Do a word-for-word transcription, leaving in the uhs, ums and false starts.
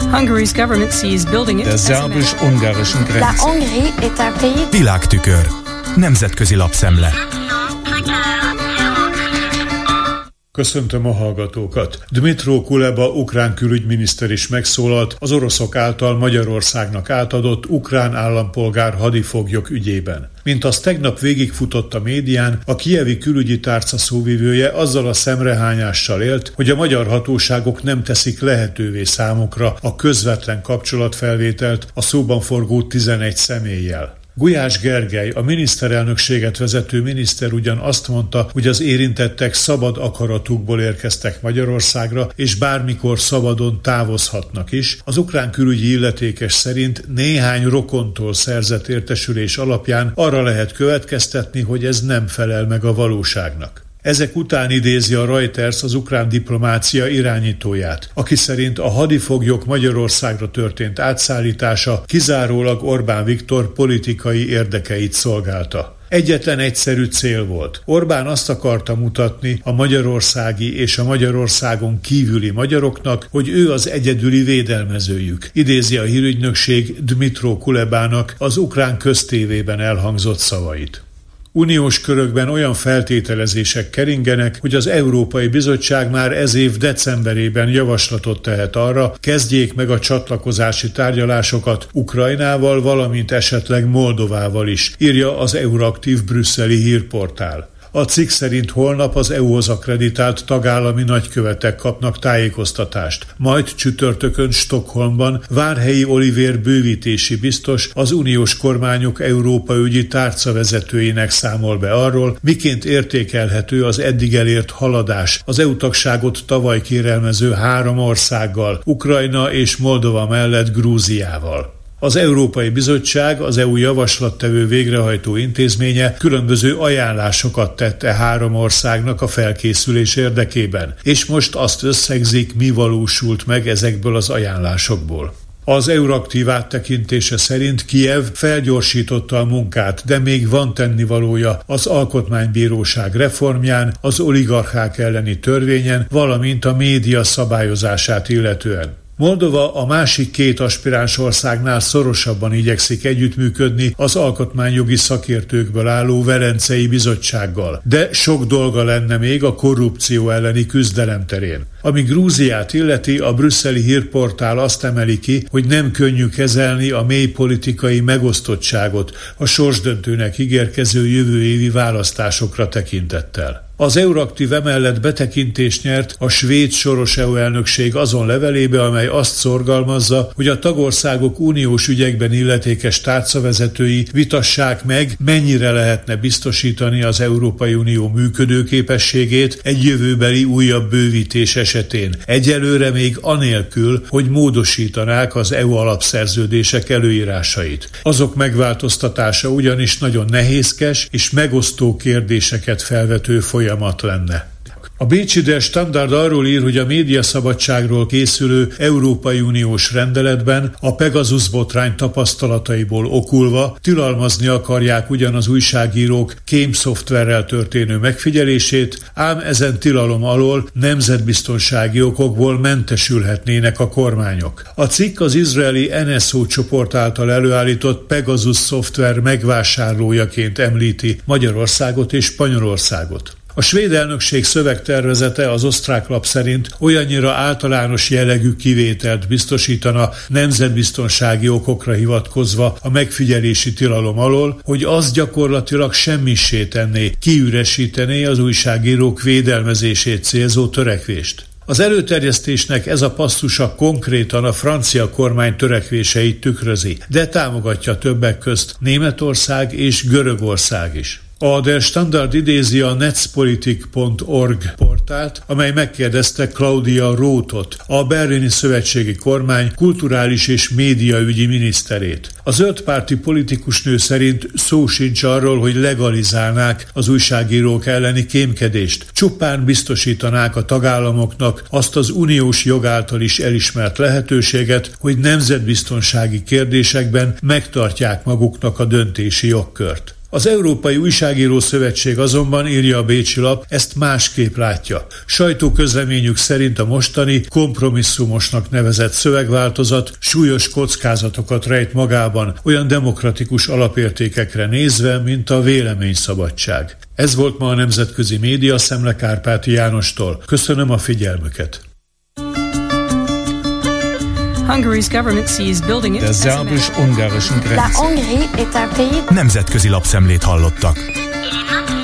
Hungary's government sees building it. Der szerbus-ungarischen Grenze. La Hongrie est un pays. Világtükör. Nemzetközi lapszemle. Köszöntöm a hallgatókat. Dmytro Kuleba ukrán külügyminiszter is megszólalt az oroszok által Magyarországnak átadott ukrán állampolgár hadifoglyok ügyében. Mint az tegnap végigfutott a médián, a kijevi külügyi tárca szóvivője azzal a szemrehányással élt, hogy a magyar hatóságok nem teszik lehetővé számukra a közvetlen kapcsolatfelvételt a szóban forgó tizenegy személlyel. Gulyás Gergely, a miniszterelnökséget vezető miniszter ugyan azt mondta, hogy az érintettek szabad akaratukból érkeztek Magyarországra, és bármikor szabadon távozhatnak is. Az ukrán külügyi illetékes szerint néhány rokontól szerzett értesülés alapján arra lehet következtetni, hogy ez nem felel meg a valóságnak. Ezek után idézi a Reuters az ukrán diplomácia irányítóját, aki szerint a hadifoglyok Magyarországra történt átszállítása kizárólag Orbán Viktor politikai érdekeit szolgálta. Egyetlen egyszerű cél volt. Orbán azt akarta mutatni a magyarországi és a Magyarországon kívüli magyaroknak, hogy ő az egyedüli védelmezőjük, idézi a hírügynökség Dmytro Kulebának az ukrán köztévében elhangzott szavait. Uniós körökben olyan feltételezések keringenek, hogy az Európai Bizottság már ez év decemberében javaslatot tehet arra, kezdjék meg a csatlakozási tárgyalásokat Ukrajnával, valamint esetleg Moldovával is, írja az Euraktív brüsszeli hírportál. A cikk szerint holnap az é u-hoz akkreditált tagállami nagykövetek kapnak tájékoztatást, majd csütörtökön Stockholmban Várhelyi Olivér bővítési biztos az uniós kormányok Európa ügyi tárcavezetőinek számol be arról, miként értékelhető az eddig elért haladás az é u-tagságot tavaly kérelmező három országgal, Ukrajna és Moldova mellett Grúziával. Az Európai Bizottság, az é u javaslattevő végrehajtó intézménye különböző ajánlásokat tett e három országnak a felkészülés érdekében, és most azt összegzik, mi valósult meg ezekből az ajánlásokból. Az Euraktív áttekintése szerint Kijev felgyorsította a munkát, de még van tennivalója az Alkotmánybíróság reformján, az oligarchák elleni törvényen, valamint a média szabályozását illetően. Moldova a másik két aspiráns országnál szorosabban igyekszik együttműködni az alkotmányjogi szakértőkből álló Velencei Bizottsággal, de sok dolga lenne még a korrupció elleni küzdelem terén. Ami Grúziát illeti, a brüsszeli hírportál azt emeli ki, hogy nem könnyű kezelni a mély politikai megosztottságot a sorsdöntőnek ígérkező jövő évi választásokra tekintettel. Az Euraktív emellett betekintést nyert a svéd soros é u elnökség azon levelébe, amely azt szorgalmazza, hogy a tagországok uniós ügyekben illetékes tárcavezetői vitassák meg, mennyire lehetne biztosítani az Európai Unió működőképességét egy jövőbeli újabb bővítés esetén. Egyelőre még anélkül, hogy módosítanák az é u alapszerződések előírásait. Azok megváltoztatása ugyanis nagyon nehézkes és megosztó kérdéseket felvető folyamat lenne. A bécsi Der Standard arról ír, hogy a médiaszabadságról készülő Európai Uniós rendeletben a Pegasus botrány tapasztalataiból okulva tilalmazni akarják ugyan az újságírók kémszoftverrel történő megfigyelését, ám ezen tilalom alól nemzetbiztonsági okokból mentesülhetnének a kormányok. A cikk az izraeli en es o csoport által előállított Pegasus szoftver megvásárlójaként említi Magyarországot és Spanyolországot. A svéd elnökség szövegtervezete az osztrák lap szerint olyannyira általános jellegű kivételt biztosítana nemzetbiztonsági okokra hivatkozva a megfigyelési tilalom alól, hogy az gyakorlatilag semmissé tenné, kiüresítené az újságírók védelmezését célzó törekvést. Az előterjesztésnek ez a passzusa konkrétan a francia kormány törekvéseit tükrözi, de támogatja többek közt Németország és Görögország is. A Der Standard idézi a netspolitik pont org portált, amely megkérdezte Claudia Rothot, a berlini szövetségi kormány kulturális és médiaügyi miniszterét. A zöldpárti politikusnő szerint szó sincs arról, hogy legalizálnák az újságírók elleni kémkedést. Csupán biztosítanák a tagállamoknak azt az uniós jog által is elismert lehetőséget, hogy nemzetbiztonsági kérdésekben megtartják maguknak a döntési jogkört. Az Európai Újságíró Szövetség azonban, írja a bécsi lap, ezt másképp látja. Sajtóközleményük szerint a mostani kompromisszumosnak nevezett szövegváltozat súlyos kockázatokat rejt magában, olyan demokratikus alapértékekre nézve, mint a véleményszabadság. Ez volt ma a Nemzetközi Média Szemle Kárpáti Jánostól. Köszönöm a figyelmüket. Hungary's government sees building it Der as an szerbus-ungarischen La Grenze. Hongrie est un pays Nemzetközi lapszemlét hallottak.